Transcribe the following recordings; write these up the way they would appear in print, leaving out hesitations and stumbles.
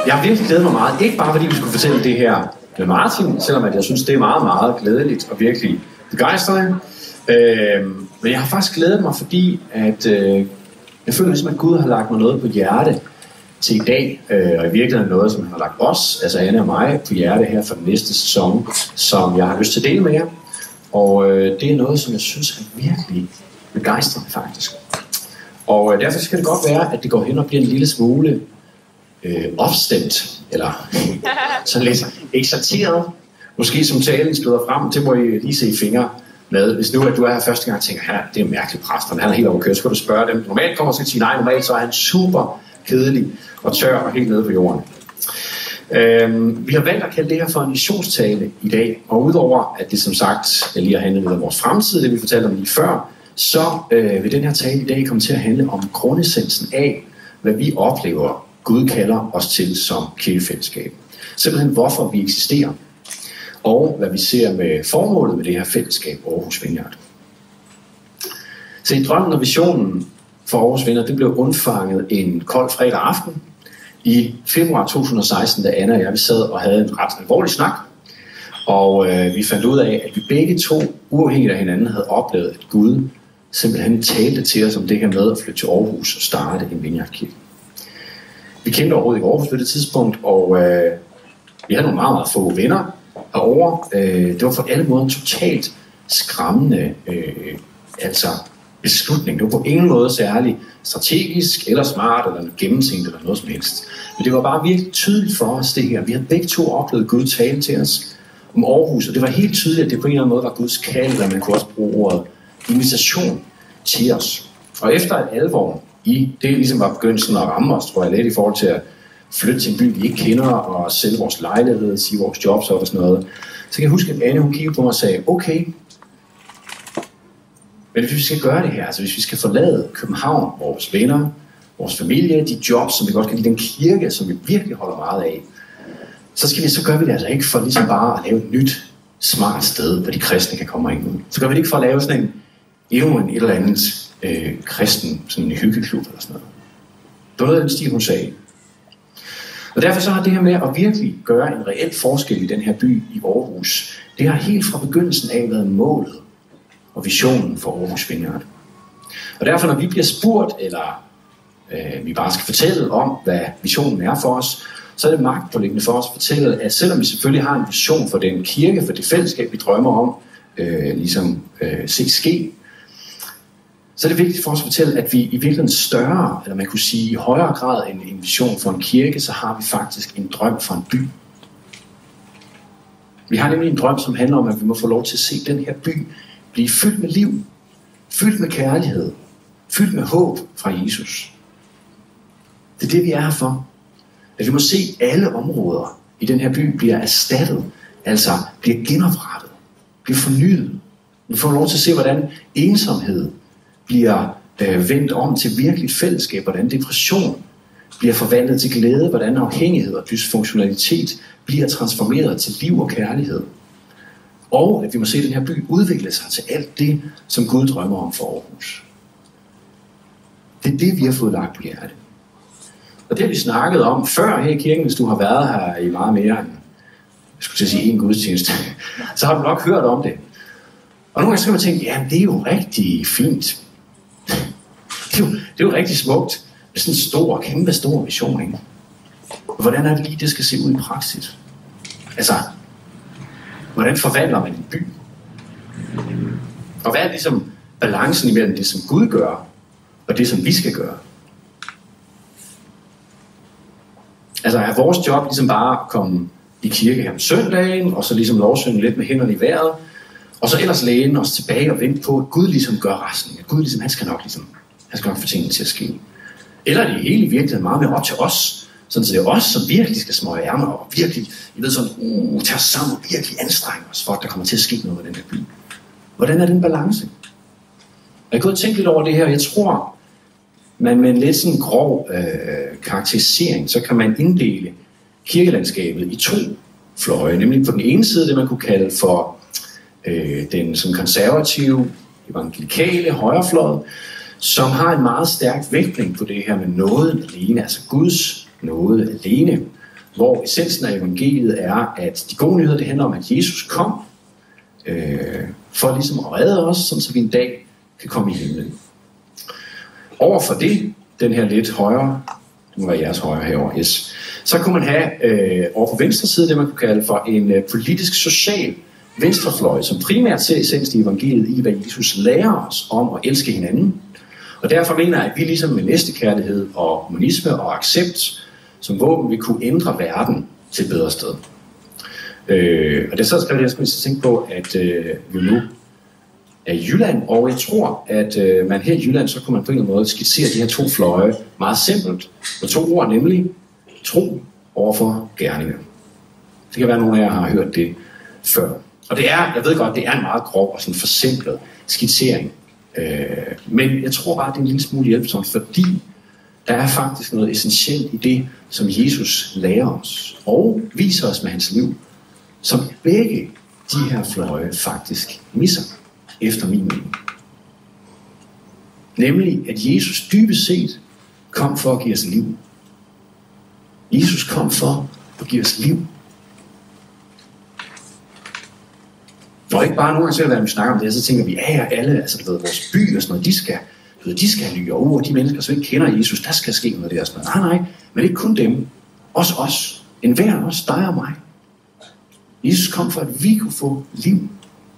Jeg har virkelig glædet mig meget, ikke bare fordi vi skulle fortælle det her med Martin, selvom at jeg synes, det er meget, meget glædeligt og virkelig begejstrende. Men jeg har faktisk glædet mig, fordi at jeg føler ligesom, at Gud har lagt mig noget på hjerte til i dag, og i virkeligheden noget, som han har lagt os, altså Anne og mig, på hjerte her for den næste sæson, som jeg har lyst til at dele med jer. Og det er noget, som jeg synes er virkelig begejstrende faktisk. Og derfor skal det godt være, at det går hen og bliver en lille smule opstemt, eller sådan lidt eksalteret. Måske som talen skrider frem, det må I lige se i fingre med. Hvis nu at du er her første gang og tænker, her, det er en mærkelig præst, han er helt overkørt, så skal du spørge dem. Normalt kommer jeg til at sige nej, normalt så er han super kedelig og tør og helt nede på jorden. Vi har valgt at kalde det her for en missionstale i dag, og udover at det som sagt lige har handlet om vores fremtid, det vi fortalte om lige før, så vil den her tale i dag komme til at handle om grundessensen af, hvad vi oplever, Gud kalder os til som kirkefællesskab. Simpelthen hvorfor vi eksisterer, og hvad vi ser med formålet med det her fællesskab Aarhus Vineyard. Så i drømmen og visionen for Aarhus Vineyard, det blev undfanget en kold fredag aften i februar 2016, da Anna og jeg sad og havde en ret alvorlig snak. Og vi fandt ud af, at vi begge to, uafhængigt af hinanden, havde oplevet, at Gud simpelthen talte til os om det her med at flytte til Aarhus og starte en vineyardkirke. Vi kendte overhovedet ikke Aarhus på det tidspunkt, og vi havde nogle meget, meget få venner herovre. Det var på alle måder en totalt skræmmende beslutning. Det var på ingen måde særlig strategisk, eller smart, eller gennemtænkt, eller noget som helst. Men det var bare virkelig tydeligt for os det her. Vi havde begge to oplevet Gud tale til os om Aarhus, og det var helt tydeligt, at det på en eller anden måde var Guds kald, eller man kunne også bruge ordet invitation til os. Og efter at alvoren i det ligesom var begyndelsen at ramme os, tror jeg lidt i forhold til at flytte til en by, vi ikke kender, og sælge vores lejlighed, sige vores jobs og sådan noget, så kan jeg huske, at Anne, hun kiggede på mig og sagde, okay, men hvis vi skal gøre det her, altså hvis vi skal forlade København, vores venner, vores familie, de jobs, som vi godt kan lide, den kirke, som vi virkelig holder meget af, så gør vi det altså ikke for ligesom bare at lave et nyt, smart sted, hvor de kristne kan komme ind. Så gør vi det ikke for at lave sådan en eller andet kristen, sådan en hyggeklub eller sådan noget. Det var noget af den stil, hun sagde. Og derfor så har det her med at virkelig gøre en reel forskel i den her by i Aarhus, det har helt fra begyndelsen af været målet og visionen for Aarhus Vineyard. Og derfor når vi bliver spurgt, eller vi bare skal fortælle om, hvad visionen er for os, så er det magtpåliggende for os at fortælle, at selvom vi selvfølgelig har en vision for den kirke, for det fællesskab, vi drømmer om, se ske, så er det vigtigt for os at fortælle, at vi i virkeligheden større, eller man kunne sige i højere grad end en vision for en kirke, så har vi faktisk en drøm for en by. Vi har nemlig en drøm, som handler om, at vi må få lov til at se den her by blive fyldt med liv, fyldt med kærlighed, fyldt med håb fra Jesus. Det er det, vi er her for. At vi må se alle områder i den her by bliver erstattet, altså bliver genoprettet, bliver fornyet. Vi får lov til at se, hvordan ensomhed bliver vendt om til virkeligt fællesskab, hvordan depression bliver forvandlet til glæde, hvordan afhængighed og dysfunktionalitet bliver transformeret til liv og kærlighed. Og at vi må se den her by udvikle sig til alt det, som Gud drømmer om for Aarhus. Det er det, vi har fået lagt på hjertet. Og det har vi snakket om før her i kirken, hvis du har været her i meget mere end, jeg skulle til at sige en gudstjeneste, så har du nok hørt om det. Og nogle gange skal man tænke, ja, det er jo rigtig fint. Det er jo rigtig smukt. Det er sådan en stor, kæmpe stor vision, ikke? Hvordan er det lige, det skal se ud i praksis? Altså, hvordan forvandler man en by? Og hvad er ligesom balancen imellem det, som Gud gør, og det, som vi skal gøre? Altså, er vores job ligesom bare at komme i kirke her om søndagen, og så ligesom lovsynge lidt med hænderne i vejret, og så ellers læne os tilbage og vente på, at Gud ligesom gør resten. At Gud ligesom, han skal nok få tingene til at ske. Eller er det hele i virkeligheden meget mere op til os, sådan så det er os, som virkelig skal smøge ærmer og virkelig, tage os sammen og virkelig anstrenge os for, at der kommer til at ske noget med den her by. Hvordan er den balance? Og jeg kunne tænke lidt over det her, jeg tror, man med en lidt sådan grov karakterisering, så kan man inddele kirkelandskabet i to fløje. Nemlig på den ene side det, man kunne kalde for den sådan konservative, evangelikale højrefløj, som har en meget stærk vægtning på det her med nåden alene, altså Guds nåde alene. hvor essensen af evangeliet er, at de gode nyheder, det handler om, at Jesus kom for ligesom at redde os, sådan så vi en dag kan komme i himlen. Overfor det, den her lidt højre, nu var jeres højre herovre, yes, så kunne man have over på venstre side, det man kunne kalde for en politisk social venstrefløj, som primært ser essensen i evangeliet i, hvad Jesus lærer os om at elske hinanden. Og derfor mener jeg, at vi ligesom med næstekærlighed og humanisme og accept som våben vil kunne ændre verden til et bedre sted. Og det er så skrevet, at jeg skulle tænke på, at vi nu er i Jylland, og jeg tror, at man her i Jylland, så kunne man på en eller anden måde skitsere de her to fløje meget simpelt, med to ord, nemlig tro overfor gerninger. Det kan være, at nogle af jer har hørt det før. Og det er, jeg ved godt, det er en meget grov og sådan forsimplet skitsering. Men jeg tror bare, det er en lille smule hjælpsomt, fordi der er faktisk noget essentielt i det, som Jesus lærer os og viser os med hans liv, som begge de her fløje faktisk misser, efter min mening. Nemlig, at Jesus dybest set kom for at give os liv. Jesus kom for at give os liv. Og ikke bare nogen gange, når vi snakker om det, så tænker vi, alle, altså vores by og sådan noget, de skal have nye og de mennesker, som ikke kender Jesus, der skal ske noget der. Nej, men ikke kun dem. Også os. En hver os, dig og mig. Jesus kom for, at vi kunne få liv.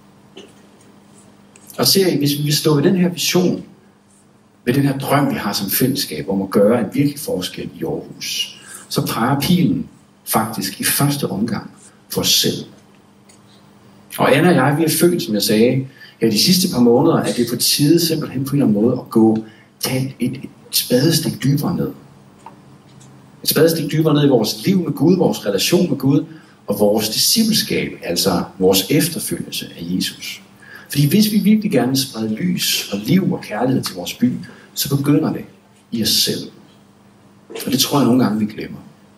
Og ser I, hvis vi vil stå i den her vision, ved den her drøm, vi har som fællesskab, om at gøre en virkelig forskel i Aarhus, så peger pilen faktisk i første omgang for os selv. Og Anna og jeg, vi er født, som jeg sagde, de sidste par måneder, at det er på tide simpelthen på en eller anden måde at tage et spadestik dybere ned. Et spadestik dybere ned i vores liv med Gud, vores relation med Gud, og vores discipleskab, altså vores efterfølgelse af Jesus. Fordi hvis vi virkelig gerne vil sprede lys og liv og kærlighed til vores by, så begynder det i os selv. Og det tror jeg nogle gange, vi glemmer.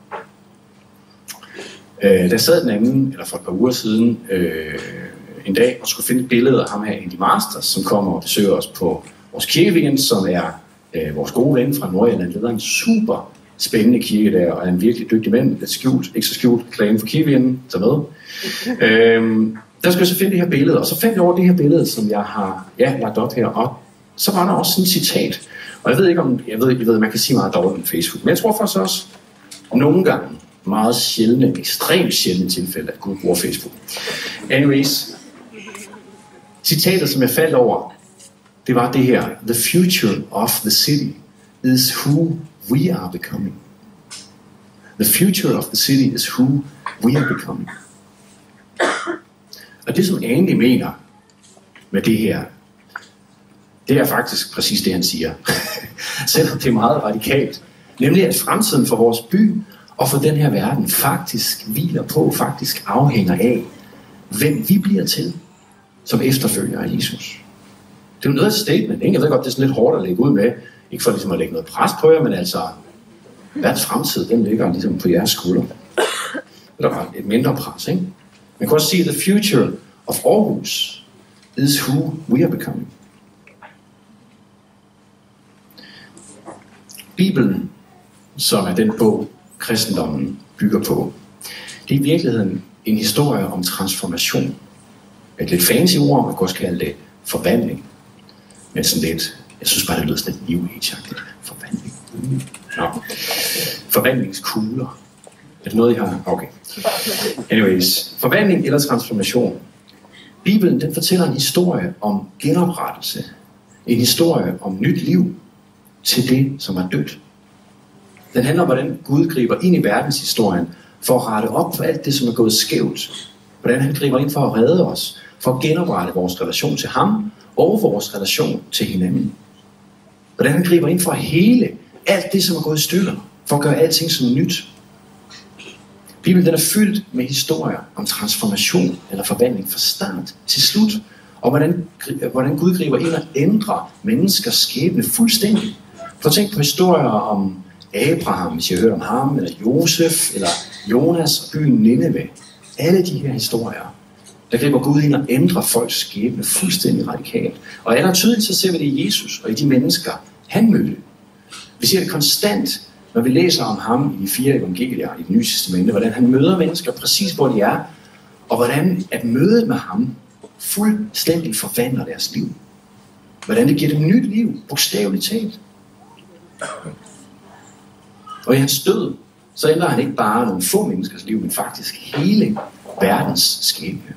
Der sad den anden, eller for et par uger siden, en dag og skulle finde et billede af ham her, Andy Masters, som kommer og besøger os på vores kirkeweekend, som er vores gode ven fra Nordjylland. Det er en super spændende kirke der, og er en virkelig dygtig mand, lidt skjult, ikke så skjult, reklame for kirkeweekenden, så med. Der skulle jeg så finde det her billede, og så fandt jeg over det her billede, som jeg har lagt op her, og så var der også sådan et citat, og jeg ved ikke om, jeg ved, man kan sige meget dårligt på Facebook, men jeg tror faktisk også, nogle gange, meget sjældne, ekstremt sjældne tilfælde, at Gud bruger Facebook. Anyways, citatet, som jeg faldt over, det var det her: The future of the city is who we are becoming. The future of the city is who we are becoming. Og det, som Andy mener med det her, det er faktisk præcis det, han siger. Selvom det er meget radikalt. Nemlig, at fremtiden for vores by og for den her verden faktisk hviler på, faktisk afhænger af, hvem vi bliver til som efterfølger af Jesus. Det er jo noget af et statement, ikke? Jeg ved godt, det er sådan lidt hårdt at lægge ud med, ikke for ligesom at lægge noget pres på jer, men altså, verdens fremtid, den ligger ligesom på jeres skuldre. Eller et mindre pres, ikke? Man kan også sige, the future of Aarhus is who we are becoming. Bibelen, som er den bog, kristendommen bygger på, det er i virkeligheden en historie om transformation. Et lidt fancy ord, man kan også kalde det forvandling. Men sådan lidt, jeg synes bare, det lyder sådan lidt New Age-agtigt. Forvandling. Nå. Forvandlingskugler. Er det noget, I har? Okay. Anyways, forvandling eller transformation. Bibelen, den fortæller en historie om genoprettelse. En historie om nyt liv til det, som er dødt. Den handler om, hvordan Gud griber ind i verdenshistorien for at rette op på alt det, som er gået skævt. Hvordan han griber ind for at redde os, for at genoprette vores relation til ham og vores relation til hinanden. Hvordan han griber ind for at hele alt det, som er gået i stykker, for at gøre alting som nyt. Bibelen, den er fyldt med historier om transformation eller forvandling fra start til slut, og hvordan Gud griber ind og ændrer menneskers skæbne fuldstændig. For tænk på historier om Abraham, hvis I har hørt om ham, eller Josef, eller Jonas og byen Nineve. Alle de her historier, der griber Gud ind og ændrer folks skæbne fuldstændig radikalt. Og allertydeligt så ser vi det i Jesus og i de mennesker, han mødte. Vi ser det konstant når vi læser om ham i de 4 evangelier i det nye testamente, hvordan han møder mennesker præcis hvor de er, og hvordan at mødet med ham fuldstændig forvandler deres liv. Hvordan det giver dem nyt liv, bogstaveligt talt. Og i hans død, så ændrer han ikke bare nogle få menneskers liv, men faktisk hele verdens skæbne.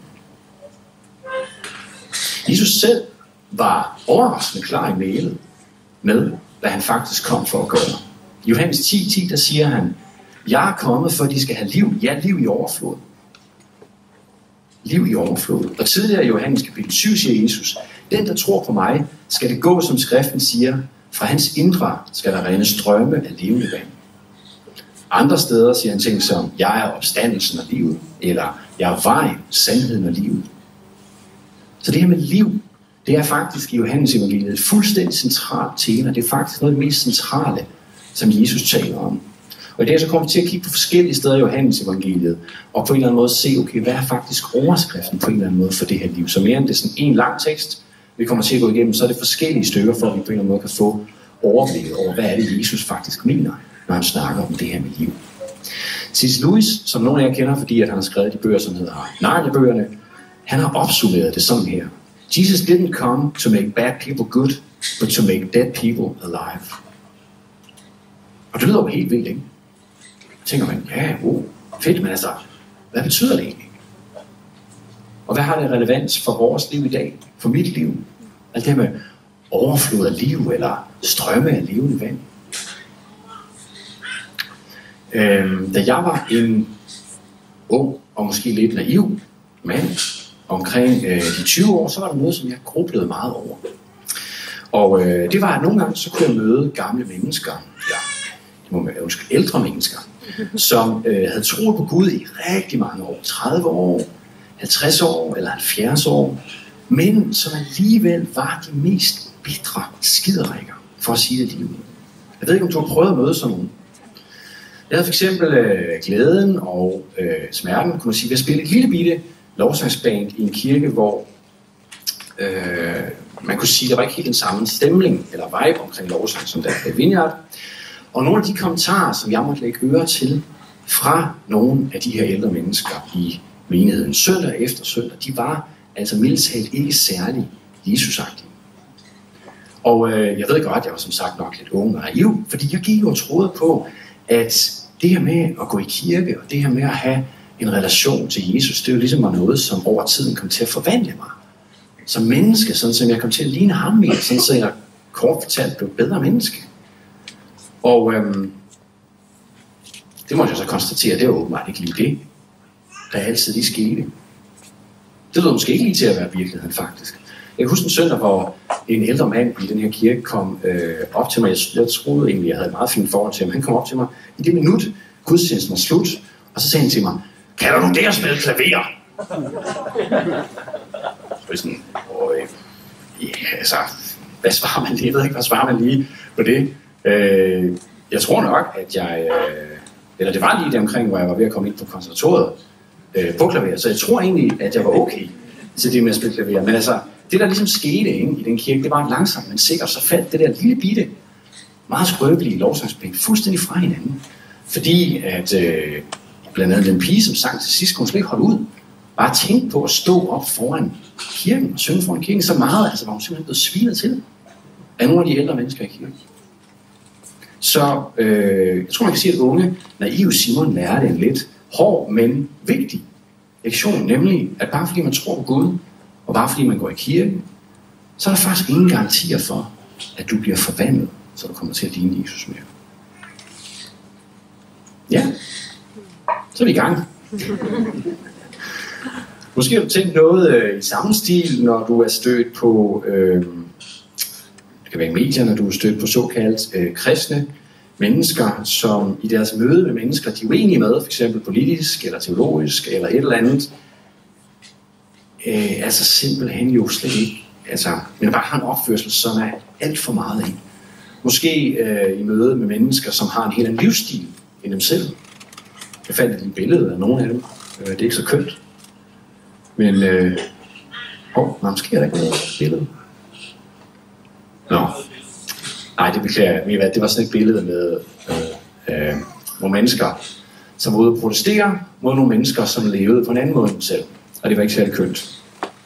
Jesus selv var overraskende klar i mailet med, hvad han faktisk kom for at gøre. I Johannes 10:10, der siger han, jeg er kommet for, at de skal have liv. Ja, liv i overflod. Liv i overflod. Og tidligere i Johannes kapitel 7 siger Jesus, den der tror på mig, skal det gå, som skriften siger, fra hans indre skal der rinde strømme af levende vand. Andre steder siger han ting som, jeg er opstandelsen og livet, eller jeg er vejen, sandheden og livet. Så det her med liv, det er faktisk i Johannes evangeliet et fuldstændig centralt tema. Det er faktisk noget af det mest centrale, som Jesus taler om. Og i dag så kommer vi til at kigge på forskellige steder i Johannes evangeliet, og på en eller anden måde se, okay, hvad er faktisk overskriften på en eller anden måde for det her liv. Så mere end det er sådan en lang tekst, vi kommer til at gå igennem, så er det forskellige stykker, for at vi på en eller anden måde kan få overblikket over, hvad er det, Jesus faktisk mener, når han snakker om det her med liv. C.S. Lewis, som nogle af jer kender, fordi at han har skrevet de bøger, som hedder Narnia-bøgerne, han har opsummeret det sådan her. Jesus didn't come to make bad people good, but to make dead people alive. Og det lyder jo helt vildt, ikke? Tænker man, ja, fedt, men altså, hvad betyder det egentlig? Og hvad har det relevans for vores liv i dag? For mit liv? Alt det her med overflod af liv, eller strømme af levende vand. Da jeg var en ung og måske lidt naiv mand, omkring de 20 år, så var der noget, som jeg grublede meget over. Og det var, at nogle gange så kunne jeg møde gamle mennesker, ældre mennesker, som havde troet på Gud i rigtig mange år, 30 år, 50 år eller 70 år, men som alligevel var de mest bitre skiderikker, for at sige det lige ud. Jeg ved ikke, om du har prøvet at møde sådan nogen. Jeg havde for eksempel glæden og smerten, kunne man sige, ved at spille et lille bitte lovsangsband i en kirke, hvor man kunne sige, at der var ikke helt den samme stemning eller vibe omkring lovsang, som der er i Vineyard. Og nogle af de kommentarer, som jeg måtte lægge øre til fra nogle af de her ældre mennesker i menigheden søndag efter søndag, de var altså mildt talt ikke særlig Jesusagtige. Og jeg ved godt, jeg var som sagt nok lidt ung og naiv, fordi jeg gik og troede på, at det her med at gå i kirke, og det her med at have en relation til Jesus, det er jo ligesom noget, som over tiden kom til at forvandle mig. Som menneske, sådan som jeg kom til at ligne ham mere, sådan så jeg kort fortalt blev et bedre menneske. Og det måtte jeg så konstatere, det var åbenbart ikke lige det, der altid lige skete. Det lød måske ikke lige til at være virkeligheden faktisk. Jeg kan huske en søndag, hvor en ældre mand i den her kirke kom op til mig. Jeg troede egentlig, jeg havde et meget fint forhold til ham. Han kom op til mig i det minut, gudstjenesten var slut, og så sagde han til mig, kan du nu der spille klaver? Så sådan, altså, hvad svarer man lige? Jeg ved ikke, hvad svarer man lige på det? Jeg tror nok, at jeg... eller det var lige der omkring, hvor jeg var ved at komme ind på konservatoriet på klaver. Så jeg tror egentlig, at jeg var okay til det med at spille klaver. Men altså, det der ligesom skete i den kirke, det var langsomt, men sikkert, så faldt det der lille bitte, meget skrøbelige lovsangsband fuldstændig fra hinanden. Fordi at blandt andet den pige, som sang til sidst, kunne slet ikke holde ud. Bare tænke på at stå op foran kirken og synge foran kirken så meget, altså var hun simpelthen blevet svinet til af nogle af de ældre mennesker i kirken. Så jeg tror, man kan sige, at unge, naive Simon lærte en lidt hård, men vigtig lektion, nemlig at bare fordi man tror på Gud, og bare fordi man går i kirke, så er der faktisk ingen garantier for, at du bliver forvandlet, så du kommer til at ligne Jesus mere. Ja, så er vi i gang. Måske har du tænkt noget i samme stil, når du er stødt på, det kan være i medierne, når du er stødt på såkaldt kristne mennesker, som i deres møde med mennesker, de er uenige med, f.eks. politisk eller teologisk eller et eller andet, altså simpelthen jo slet ikke, altså, men bare har en opførsel, som er alt for meget af. Måske i møde med mennesker, som har en helt anden livsstil end dem selv. Jeg fandt et billede af nogle af dem. Det er ikke så kønt. Men, måske er der ikke noget billede. Nå. Nej, det beklager jeg. Det var sådan et billede med nogle mennesker, som var ude at protestere mod nogle mennesker, som levede på en anden måde end dem selv. Og det var ikke særlig kønt.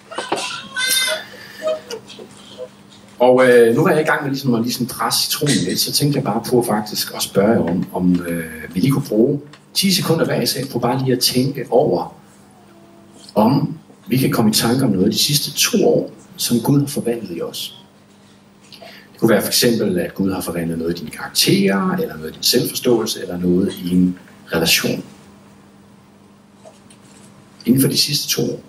Og nu var jeg i gang med ligesom at presse citronen lidt, så tænkte jeg bare på faktisk at spørge jer om vi lige kunne bruge 10 sekunder hver især på bare lige at tænke over, om vi kan komme i tanke om noget de sidste 2 år, som Gud har forvandlet i os. Det kunne være for eksempel, at Gud har forvandlet noget i dine karakterer, eller noget i din selvforståelse, eller noget i en relation. Inden for de sidste 2 år.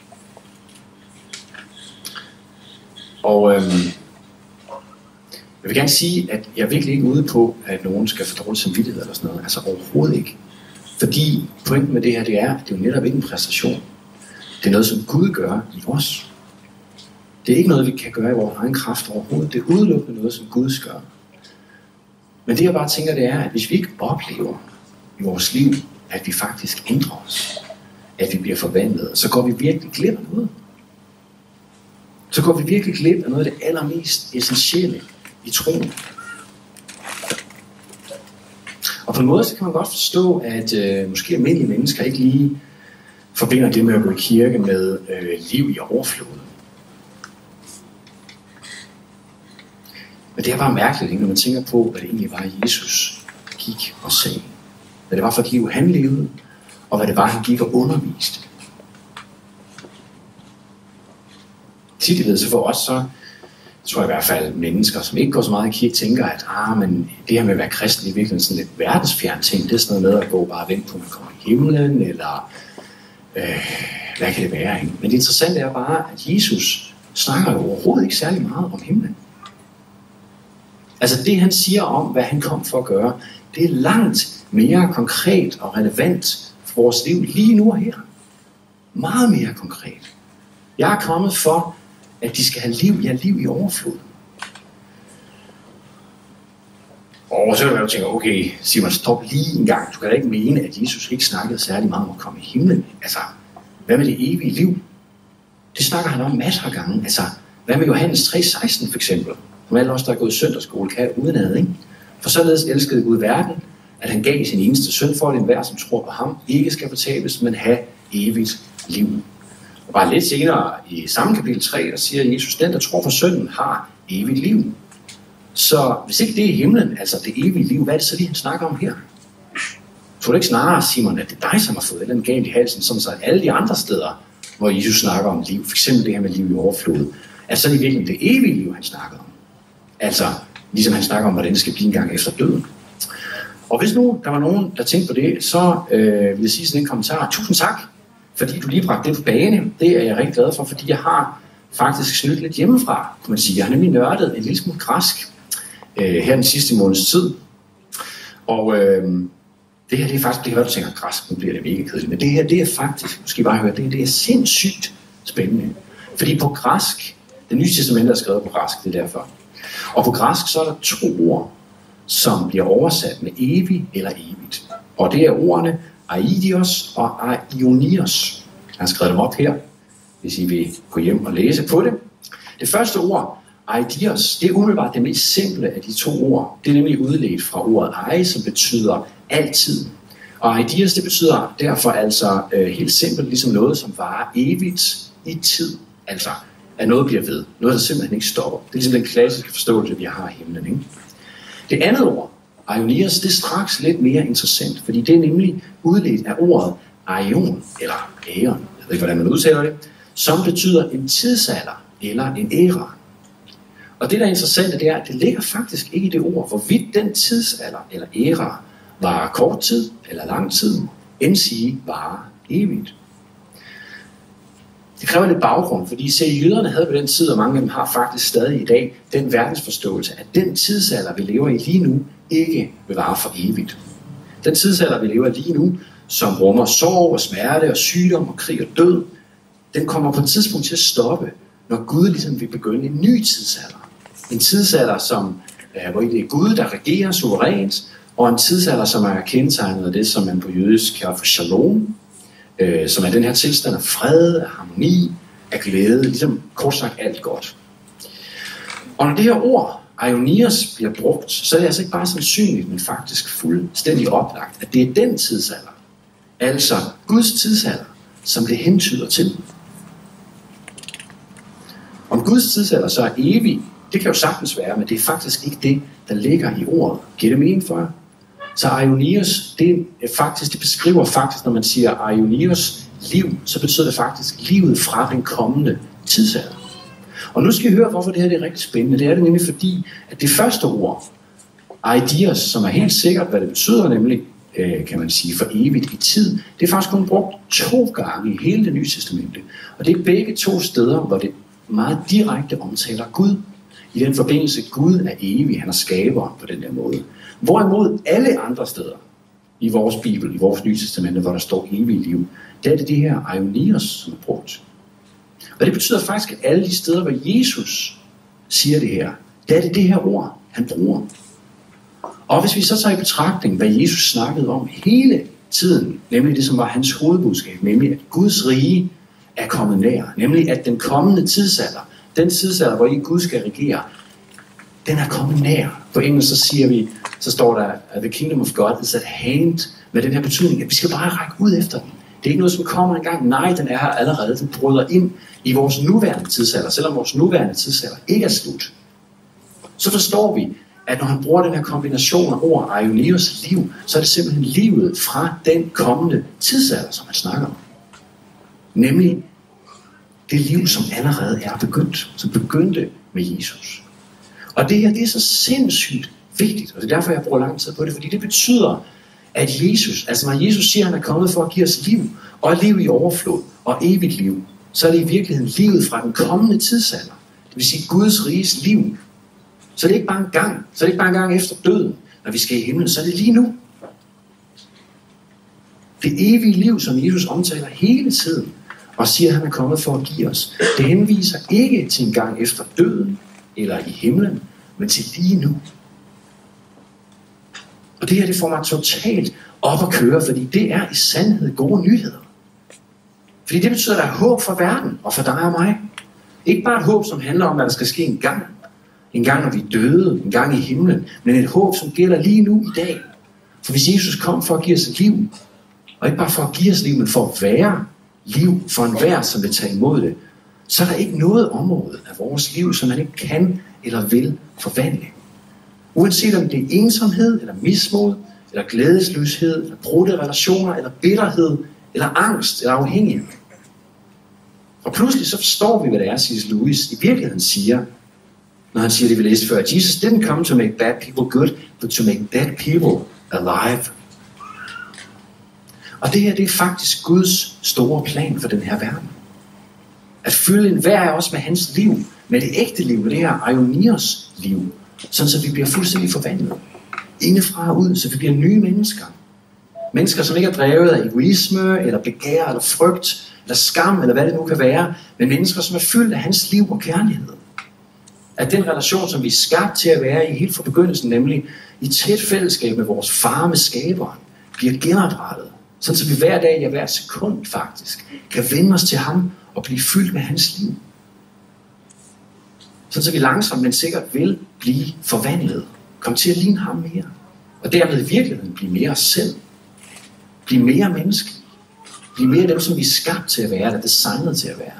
Og jeg vil gerne sige, at jeg er virkelig ikke ude på, at nogen skal få dårlig samvittighed eller sådan noget. Altså overhovedet ikke. Fordi pointen med det her, det er, at det er jo netop ikke en præstation. Det er noget, som Gud gør i os. Det er ikke noget, vi kan gøre i vores egen kraft overhovedet. Det er udelukkende noget, som Gud gør. Men det jeg bare tænker, det er, at hvis vi ikke oplever i vores liv, at vi faktisk ændrer os, at vi bliver forvandlet, så går vi virkelig glip af noget. Så går vi virkelig glip af noget af det allermest essentielle i troen. Og på en måde, så kan man godt forstå, at måske almindelige mennesker ikke lige forbinder det med at gå i kirke med liv i overflod. Men det er bare mærkeligt, ikke, når man tænker på, hvad det egentlig var, Jesus gik og sagde. Hvad det var for et liv, han levede, og hvad det var, han gik og underviste. Tit ved, så for os, så tror jeg i hvert fald mennesker, som ikke går så meget i kirke, tænker, at men det her med at være kristen, det er virkelig sådan lidt verdensfjern ting. Det er sådan noget med at gå bare og vente på, at man kommer i himlen, eller hvad kan det være? Ikke? Men det interessante er bare, at Jesus snakker jo overhovedet ikke særlig meget om himlen. Altså det, han siger om, hvad han kom for at gøre, det er langt mere konkret og relevant for vores liv lige nu og her. Meget mere konkret. Jeg er kommet for, at de skal have liv, liv i overflod. Og så er det, du tænker, okay, Simon, stop lige en gang. Du kan da ikke mene, at Jesus ikke snakkede særlig meget om at komme i himlen. Altså, hvad med det evige liv? Det snakker han om masser af gange. Altså, hvad med Johannes 3,16 for eksempel? Som alle os, der er gået i søndagsskole, kan udenad, ikke? For således elskede Gud verden, at han gav sin eneste søn for, at enhver, som tror på ham, ikke skal fortabes, men have evigt liv. Og bare lidt senere i samme kapitel 3, der siger Jesus, den der tror på sønnen har evigt liv. Så hvis ikke det er himlen, altså det evige liv, hvad er det så lige, han snakker om her? Tror du ikke snarere, Simon, at det er dig, som har fået et eller andet galt i halsen, som så alle de andre steder, hvor Jesus snakker om liv, for eksempel det her med liv i overflod, er så det virkelig det evige liv, han snakker om? Altså, ligesom han snakker om, hvordan det skal blive en gang efter døden. Og hvis nu der var nogen, der tænkte på det, så vil jeg sige sådan en kommentar. Tusind tak, fordi du lige bragte det på bane. Det er jeg rigtig glad for, fordi jeg har faktisk snydt lidt hjemmefra, kan man sige. Jeg har nemlig nørdet en lille smule græsk her den sidste måneds tid. Og det her, det er faktisk, det kan være, du tænker, græsk, nu bliver det mega kedeligt, men det her, det er faktisk, måske bare høre, det er sindssygt spændende. Fordi på græsk, det nye testament er skrevet på græsk, det er derfor. Og på græsk, så er der 2 ord, som bliver oversat med evig eller evigt. Og det er ordene aidios og aionios. Jeg har skrevet dem op her, hvis I vil gå hjem og læse på det. Det første ord, aidios, det er umiddelbart det mest simple af de 2 ord. Det er nemlig udledt fra ordet ai, som betyder altid. Og aidios, det betyder derfor altså helt simpelt ligesom noget, som varer evigt i tid. Altså, at noget bliver ved. Noget, der simpelthen ikke stopper. Det er ligesom den klassiske forståelse, vi har i himlen, ikke? Det andet ord, aionios, det er straks lidt mere interessant, fordi det er nemlig udledt af ordet aion, eller æon, jeg ved ikke, hvordan man udtaler det, som betyder en tidsalder eller en æra. Og det, der er interessant, det er, at det ligger faktisk ikke i det ord, hvorvidt den tidsalder eller æra varer kort tid eller lang tid, end sige varer evigt. Det kræver lidt baggrund, fordi jøderne havde på den tid, og mange af dem har faktisk stadig i dag, den verdensforståelse, at den tidsalder, vi lever i lige nu, ikke vil vare for evigt. Den tidsalder, vi lever i lige nu, som rummer sorg og smerte og sygdom og krig og død, den kommer på et tidspunkt til at stoppe, når Gud ligesom vil begynde en ny tidsalder. En tidsalder, hvor det er Gud, der regerer suverænt, og en tidsalder, som er kendetegnet af det, som man på jødisk kalder for shalom, som er den her tilstand af fred, af harmoni, af glæde, ligesom kort sagt alt godt. Og når det her ord aionios bliver brugt, så er det altså ikke bare sandsynligt, men faktisk fuldstændig oplagt, at det er den tidsalder, altså Guds tidsalder, som det hentyder til. Om Guds tidsalder så er evig, det kan jo sagtens være, men det er faktisk ikke det, der ligger i ordet. Giver det mening for jer? Så aionios, det beskriver faktisk, når man siger aionios liv, så betyder det faktisk livet fra den kommende tidsalder. Og nu skal I høre, hvorfor det her er rigtig spændende. Det er det nemlig fordi, at det første ord, aidios, som er helt sikkert, hvad det betyder, nemlig, kan man sige, for evigt i tid, det er faktisk kun brugt 2 gange i hele det nye testamente. Og det er begge 2 steder, hvor det meget direkte omtaler Gud. I den forbindelse, Gud er evig, han er skaberen på den der måde. Hvorimod alle andre steder i vores Bibel, i vores nye testamente, hvor der står evig liv, der er det her aionios, som er brugt. Og det betyder faktisk, at alle de steder, hvor Jesus siger det her, der er det her ord, han bruger. Og hvis vi så tager i betragtning, hvad Jesus snakkede om hele tiden, nemlig det, som var hans hovedbudskab, nemlig at Guds rige er kommet nær, nemlig at den kommende tidsalder, den tidsalder, hvor I Gud skal regere, den er kommet nær. På engelsk så står der, at the kingdom of God is at hand, med den her betydning, at vi skal bare række ud efter den. Det er ikke noget, som kommer engang. Nej, den er her allerede. Den bryder ind i vores nuværende tidsalder, selvom vores nuværende tidsalder ikke er slut. Så forstår vi, at når han bruger den her kombination af ord, aionios liv, så er det simpelthen livet fra den kommende tidsalder, som han snakker om. Nemlig det liv, som allerede er begyndt, som begyndte med Jesus. Og det her, det er så sindssygt vigtigt, og det er derfor, jeg bruger lang tid på det, fordi det betyder, at Jesus, altså når Jesus siger, at han er kommet for at give os liv, og liv i overflod, og evigt liv, så er det i virkeligheden livet fra den kommende tidsalder. Det vil sige Guds riges liv. Så er det ikke bare en gang, så er det ikke bare en gang efter døden, når vi skal i himlen, så er det lige nu. Det evige liv, som Jesus omtaler hele tiden, og siger, at han er kommet for at give os, det henviser ikke til en gang efter døden, eller i himlen, men til lige nu. Og det her, det får mig totalt op at køre, fordi det er i sandhed gode nyheder. Fordi det betyder, at der er håb for verden, og for dig og mig. Ikke bare et håb, som handler om, hvad der skal ske en gang. En gang, når vi er døde, en gang i himlen, men et håb, som gælder lige nu i dag. For hvis Jesus kom for at give os et liv, og ikke bare for at give os liv, men for at være liv for enhver, som vil tage imod det, så er der ikke noget område af vores liv, som man ikke kan eller vil forvandle. Uanset om det er ensomhed, eller mismod, eller glædesløshed, eller brudte relationer, eller bitterhed, eller angst, eller afhængighed. Og pludselig så forstår vi, hvad det er, C.S. Lewis i virkeligheden siger, når han siger det, vi læste før. Jesus didn't come to make bad people good, but to make dead people alive. Og det her, det er faktisk Guds store plan for den her verden. At fylde enhver af os med hans liv, med det ægte liv, med det her aionios liv, sådan så vi bliver fuldstændig forvandlet. Indefra og ud, så vi bliver nye mennesker. Mennesker, som ikke er drevet af egoisme, eller begær, eller frygt, eller skam, eller hvad det nu kan være, men mennesker, som er fyldt af hans liv og kærlighed. At den relation, som vi er skabt til at være i helt fra begyndelsen, nemlig i tæt fællesskab med vores far, med skaberen, bliver genoprettet. Sådan så vi hver dag, ja hver sekund faktisk, kan vende os til ham og blive fyldt med hans liv. Sådan så vi langsomt, men sikkert vil blive forvandlet. Kom til at ligne ham mere. Og dermed i virkeligheden blive mere os selv. Blive mere menneske. Blive mere dem, som vi er skabt til at være, eller designet til at være.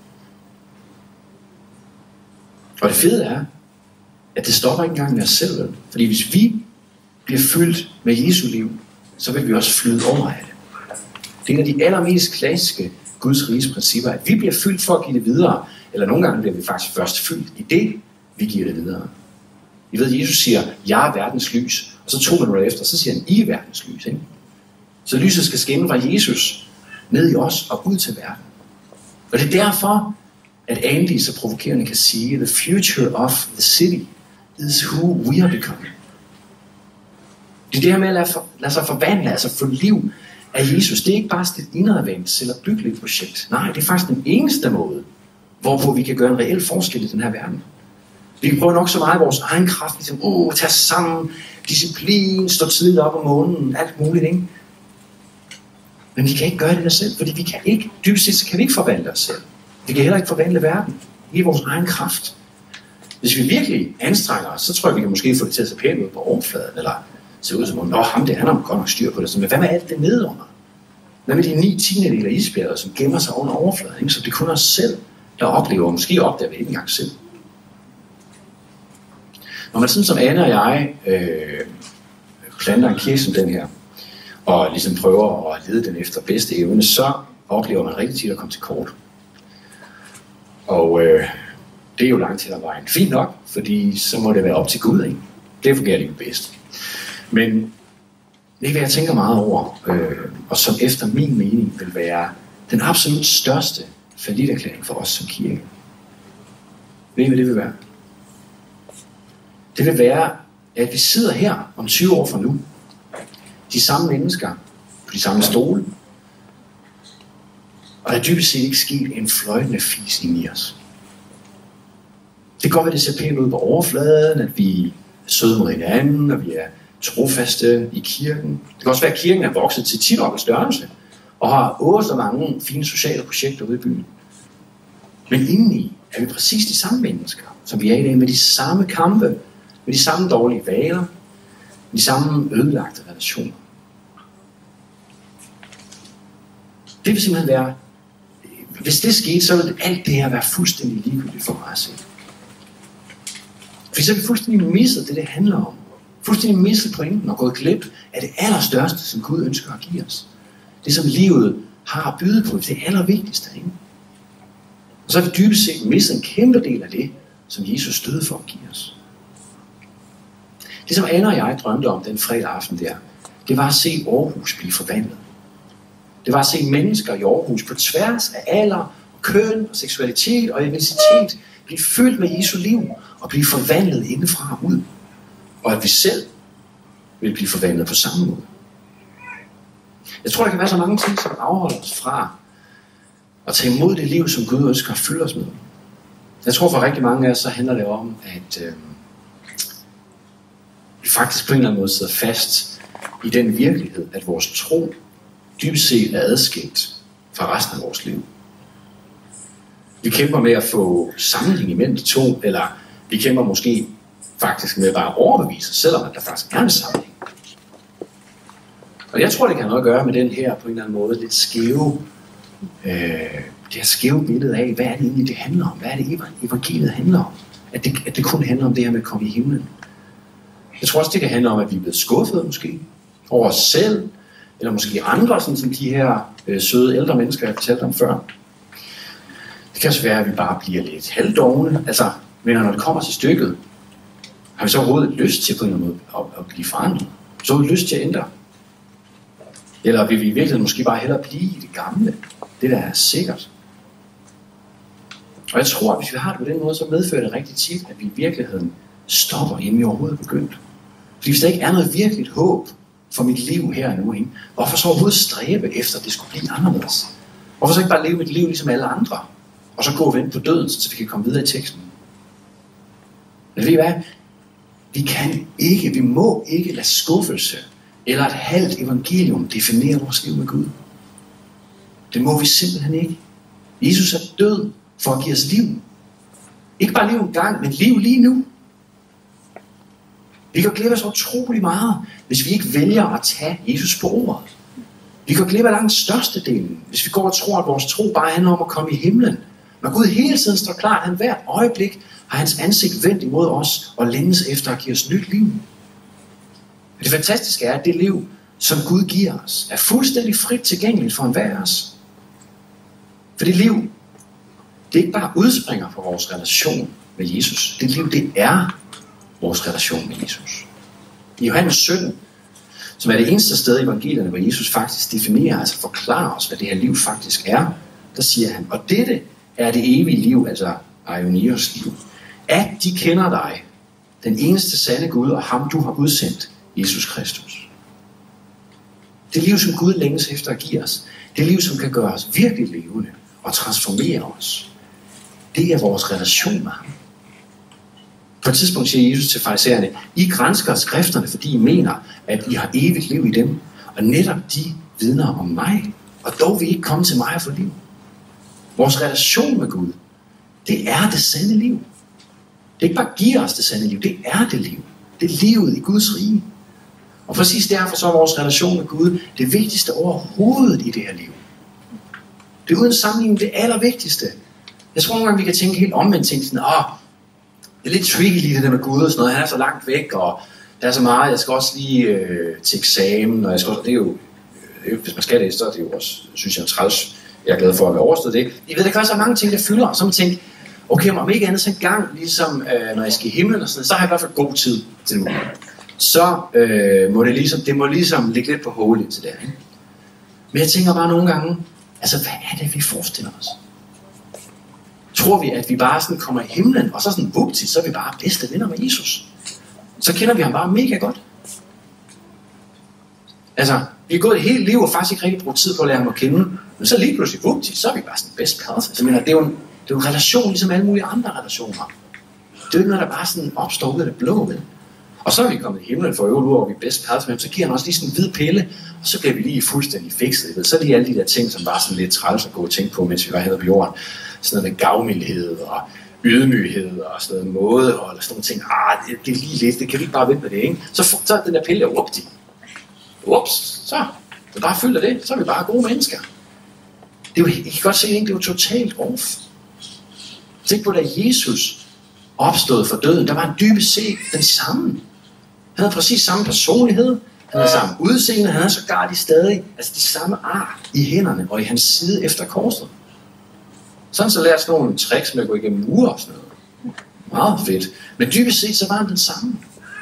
Og det fede er, at det stopper ikke engang med os selv. Fordi hvis vi bliver fyldt med Jesu liv, så vil vi også flyde over af det. Det er en af de allermest klassiske Guds riges principper, at vi bliver fyldt for at give det videre, eller nogle gange bliver vi faktisk først fyldt i det, vi giver det videre. I ved, Jesus siger, jeg er verdens lys, og så 2 minutter efter, så siger han, I er verdens lys. Ikke? Så lyset skal skinne fra Jesus ned i os og ud til verden. Og det er derfor, at Andy så provokerende kan sige, the future of the city is who we are becoming. Det er det her med at lade sig forvandle, altså få liv af Jesus. Det er ikke bare et indadvendt eller byggeligt projekt. Nej, det er faktisk den eneste måde, hvorpå vi kan gøre en reel forskel i den her verden. Vi kan prøve nok så meget af vores egen kraft, ligesom, tage sammen, disciplin, stå tidligt op om månen, alt muligt, ikke? Men vi kan ikke gøre det der selv, fordi vi kan ikke, dybest set så kan vi ikke forvandle os selv. Vi kan heller ikke forvandle verden i vores egen kraft. Hvis vi virkelig anstrenger os, så tror jeg, vi kan måske få det til at se pænt ud på overfladen, eller se ud som om, ham det, han har godt nok styr på det. Men hvad med alt det nedenunder? Hvad med de 9/10 af isbjerget, som gemmer sig under overfladen, ikke? Så det er kun os selv, der oplever, og måske opdager vi ikke engang selv. Når man sådan som Anne og jeg planter en kirke som den her, og ligesom prøver at lede den efter bedste evne, så oplever man rigtig tit at komme til kort. Og det er jo langt til at vejen. Fint nok, fordi så må det være op til Gud, ikke? Det fungerer det jo bedst. Men det er, hvad jeg tænker meget over, og som efter min mening vil være den absolut største falliterklæring for os som kirke. Ved I, hvad det vil være? Det vil være, at vi sidder her om 20 år fra nu, de samme mennesker, på de samme stole, og der er dybest set ikke sket en fløjtende fis ind i os. Det kan godt være, det ser pænt ud på overfladen, at vi er søde mod hinanden, og vi er trofaste i kirken. Det kan også være, at kirken er vokset til 10 år størrelse, og har så mange fine sociale projekter ude i byen. Men indeni er vi præcis de samme mennesker, som vi er i dag, med de samme kampe, med de samme dårlige vaner, med de samme ødelagte relationer. Det vil simpelthen være, hvis det skete, så ville alt det her være fuldstændig ligegyldigt for mig at se. For så er vi fuldstændig misset det handler om. Fuldstændig misset pointen og gået glip af det allerstørste, som Gud ønsker at give os. Det, som livet har at byde på, det allervigtigste. Ikke? Og så har vi dybest set misset en kæmpe del af det, som Jesus døde for at give os. Det, som Anne og jeg drømte om den fredag aften der, det var at se Aarhus blive forvandlet. Det var at se mennesker i Aarhus på tværs af alder, køn, og seksualitet og etnicitet blive fyldt med Jesu liv og blive forvandlet indefra og ud. Og at vi selv vil blive forvandlet på samme måde. Jeg tror, der kan være så mange ting, som afholder os fra at tage imod det liv, som Gud ønsker at fylde os med. Jeg tror, for rigtig mange af os, så handler det om, at vi faktisk på en eller anden måde sidder fast i den virkelighed, at vores tro dybest set er adskilt fra resten af vores liv. Vi kæmper med at få sammenhæng imellem de to, eller vi kæmper måske faktisk med bare at overbevise os, selvom at der faktisk er en sammenhæng. Og jeg tror, det kan have noget at gøre med den her på en eller anden måde lidt skæve, det her skæve billede af, hvad er det egentlig, det handler om? Hvad er det, evangeliet handler om? At det kun handler om det her med at komme i himlen. Jeg tror også, det kan handle om, at vi er blevet skuffet måske over os selv, eller måske andre, sådan som de her søde ældre mennesker, jeg fortalte om før. Det kan også være, at vi bare bliver lidt halvdovne. Altså, men når det kommer til stykket, har vi så overhovedet lyst til på en måde at blive forandret? Så har vi lyst til at ændre? Eller vil vi i virkeligheden måske bare hellere blive i det gamle? Det der er sikkert. Og jeg tror, at hvis vi har det på den måde, så medfører det rigtig tit, at vi i virkeligheden stopper, inden vi overhovedet er begyndt. Fordi hvis der ikke er noget virkeligt håb for mit liv her nu, ikke? Hvorfor så overhovedet stræbe efter, at det skulle blive anderledes? Hvorfor så ikke bare leve mit liv ligesom alle andre? Og så gå og vente på døden, så vi kan komme videre i teksten. Men ved I hvad? Vi må ikke lade skuffelse eller et halvt evangelium definere vores liv med Gud. Det må vi simpelthen ikke. Jesus er død for at give os liv. Ikke bare liv en gang, men liv lige nu. Vi kan glemme så utrolig meget, hvis vi ikke vælger at tage Jesus på ordet. Vi kan glemme langt størstedelen, hvis vi går og tror, at vores tro bare handler om at komme i himlen. Når Gud hele tiden står klar, at han hvert øjeblik har hans ansigt vendt imod os og længes efter at give os nyt liv. Det fantastiske er, at det liv, som Gud giver os, er fuldstændig frit tilgængeligt for enhver af os. For det liv, det ikke bare udspringer fra vores relation med Jesus. Det liv, det er vores relation med Jesus. I Johannes 17, som er det eneste sted i evangelierne, hvor Jesus faktisk definerer, altså forklarer os, hvad det her liv faktisk er, der siger han, og dette er det evige liv, altså Aionios liv, at de kender dig, den eneste sande Gud, og ham du har udsendt, Jesus Kristus. Det liv, som Gud længes efter at give os, det liv, som kan gøre os virkelig levende og transformere os, det er vores relation med ham. På et tidspunkt siger Jesus til farisæerne, I gransker skrifterne, fordi I mener, at I har evigt liv i dem, og netop de vidner om mig, og dog vil I ikke komme til mig og få liv. Vores relation med Gud, det er det sande liv. Det ikke bare giver os det sande liv, det er det liv. Det er livet i Guds rige. Og præcis derfor så er vores relation med Gud det vigtigste overhovedet i det her liv. Det er uden sammenligning det allervigtigste. Jeg tror nogle gange, vi kan tænke helt omvendt, tænke sådan, det er lidt tricky lige det der med Gud og sådan noget, han er så langt væk, og der er så meget, jeg skal også lige til eksamen, og jeg skal også, det er jo, hvis man skal det, så er det jo også, synes jeg, træls. Jeg er glad for at være overstået det. I ved, der kan være så mange ting, der fylder, og så man tænker, okay, om ikke andet så en gang, ligesom når jeg skal i himlen og sådan noget, så har jeg i hvert fald god tid til det. Så må det må ligesom ligge lidt på hovedet til der. Ikke? Men jeg tænker bare nogle gange, altså hvad er det, vi forestiller os? Tror vi, at vi bare sådan kommer i himlen, og så sådan vupti, så er vi bare bedste venner med Jesus? Så kender vi ham bare mega godt. Altså, vi har gået et helt liv og faktisk ikke rigtig brugt tid på at lære ham at kende, men så lige pludselig vupti, så er vi bare sådan best pals. Altså, det er jo en relation, ligesom alle mulige andre relationer. Det er jo ikke noget, der bare sådan opstår ud af det blå, vel? Og så er vi kommet i himlen for øvrigt, hvor vi er bedst pals med ham, så giver han også lige sådan en hvid pille, og så bliver vi lige fuldstændig fikset. Ved. Så er lige alle de der ting, som var sådan lidt træls at gå og tænke på, mens vi var her på jorden. Sådan noget med gavmildhed og ydmyghed og sådan noget måde, og sådan nogle ting. Det er lige lidt, det kan vi ikke bare vente med det, ikke? Så er den der pille, ups, så det er bare fyldt af det, så er vi bare gode mennesker. Det er jo, I kan godt se, ikke? Det er jo totalt off. Tænk på, da Jesus opstod fra døden, der var han dybest set den samme. Han havde præcis samme personlighed, han havde samme udseende, han havde sågar de stadig, altså de samme ar i hænderne og i hans side efter korset. Sådan så lærte nogle tricks med at gå igennem mure og sådan noget. Meget fedt. Men dybest set, så var han den samme.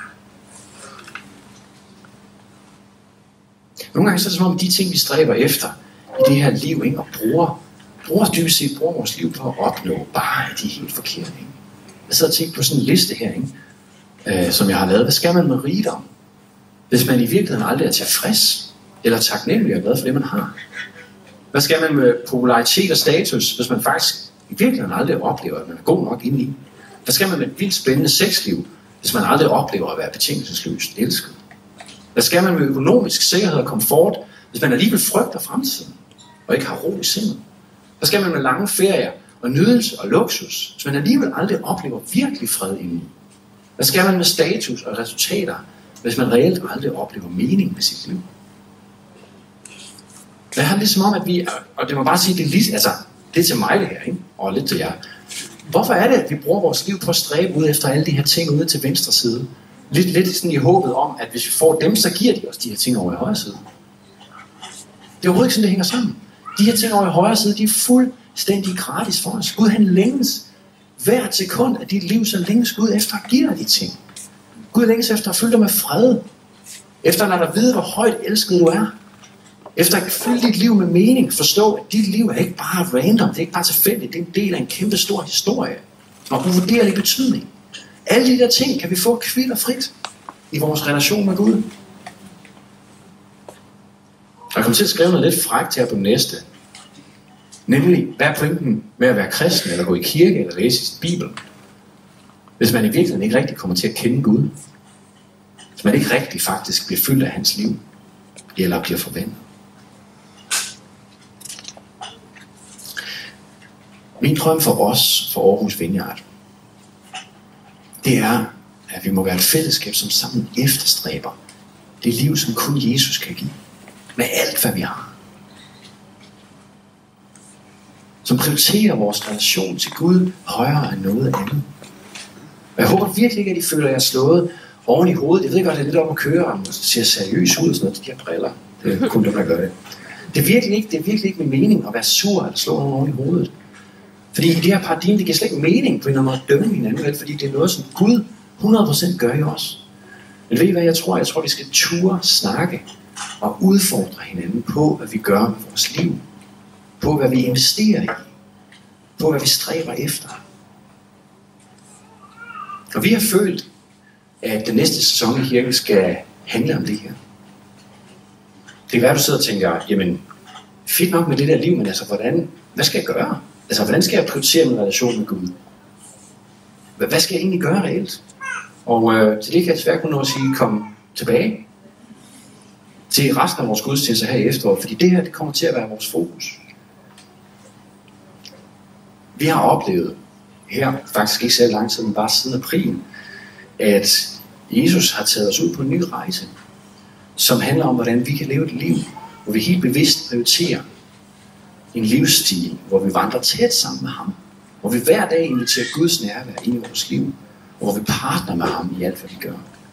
Nogle gange så er det som om de ting, vi stræber efter i det her liv, ikke? Og bruger vores liv på at opnå, bare de er helt forkerte. Ikke? Jeg sidder og tænker på sådan en liste her, ikke? Som jeg har lavet. Hvad skal man med rigdom? Hvis man i virkeligheden aldrig er tilfreds, eller taknemmelig og glad for det, man har. Hvad skal man med popularitet og status, hvis man faktisk i virkeligheden aldrig oplever, at man er god nok indeni? Hvad skal man med et vildt spændende sexliv, hvis man aldrig oplever at være betingelsesløst elsket? Hvad skal man med økonomisk sikkerhed og komfort, hvis man alligevel frygter fremtiden, og ikke har ro i sindet? Hvad skal man med lange ferier og nydelse og luksus, hvis man alligevel aldrig oplever virkelig fred indeni? Hvad skal man med status og resultater, hvis man reelt aldrig oplever mening med sit liv? Jeg har lidt som om, at vi, og det må bare sige, det er til mig det her, ikke? Og lidt til jer. Hvorfor er det, at vi bruger vores liv på at stræbe ud efter alle de her ting ude til venstre side? Lidt sådan i håbet om, at hvis vi får dem, så giver de os de her ting over i højre side. Det er overhovedet ikke sådan, det hænger sammen. De her ting over i højre side, de er fuldstændig gratis for os. Gud, han længes hvert sekund af dit liv, så længes Gud efter at give dig de ting. Gud længes efter at fylde dig med fred. Efter at lade dig vide, hvor højt elsket du er. Efter at fylde dit liv med mening, forstå, at dit liv er ikke bare random, det er ikke bare tilfældigt, det er en del af en kæmpe stor historie. Og uvurderlig betydning. Alle de der ting kan vi få kvit og frit i vores relation med Gud. Jeg kommer til at skrive noget lidt frækt her på den næste. Nemlig, hvad er pointen med at være kristen, eller gå i kirke, eller læse sin Bibel? Hvis man i virkeligheden ikke rigtig kommer til at kende Gud. Hvis man ikke rigtig faktisk bliver fyldt af hans liv, eller bliver forventet. Min drøm for os, for Aarhus Vineyard, det er, at vi må være et fællesskab, som sammen efterstræber det liv, som kun Jesus kan give. Med alt, hvad vi har. Som prioriterer vores relation til Gud højere end noget andet. Og jeg håber virkelig ikke, at I føler, at jeg er slået oven i hovedet. Jeg ved godt, at det er lidt om at køre, og man ser seriøs ud og sådan noget. De her briller. Det er kun dem, der gør det. Det er virkelig ikke min mening at være sur eller slå nogen oven i hovedet. Fordi i det her paradigme, det giver slet ikke mening på en eller anden måde at dømme hinanden, vel? Fordi det er noget, som Gud 100% gør i os. Men ved I hvad jeg tror? Jeg tror, vi skal ture, snakke og udfordre hinanden på, hvad vi gør med vores liv. På, hvad vi investerer i. På, hvad vi stræber efter. Og vi har følt, at den næste sæson i kirken skal handle om det her. Det kan være, at du sidder og tænker, jamen, fedt nok med det der liv, men altså, hvad skal jeg gøre? Altså, hvordan skal jeg prioritere min relation med Gud? Hvad skal jeg egentlig gøre reelt? Og til det kan jeg desværre kun nå at sige, kom tilbage til resten af vores gudstjeneste her i efteråret, fordi det her, det kommer til at være vores fokus. Vi har oplevet her, faktisk ikke så lang tid, men bare siden april, at Jesus har taget os ud på en ny rejse, som handler om, hvordan vi kan leve et liv, hvor vi helt bevidst prioriterer en livsstil, hvor vi vandrer tæt sammen med ham, hvor vi hver dag inviterer Guds nærvær ind i vores liv, og hvor vi partner med ham i alt, hvad vi gør.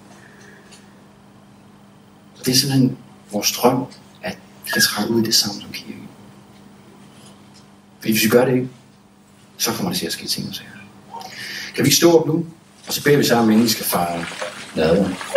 Det er simpelthen vores drøm, at vi kan træde ud i det sammen som kirke. Fordi hvis vi gør det ikke, så kommer det til at ske ting og sager. Kan vi ikke stå op nu, og så beder vi sammen, inden vi skal fejre nadveren.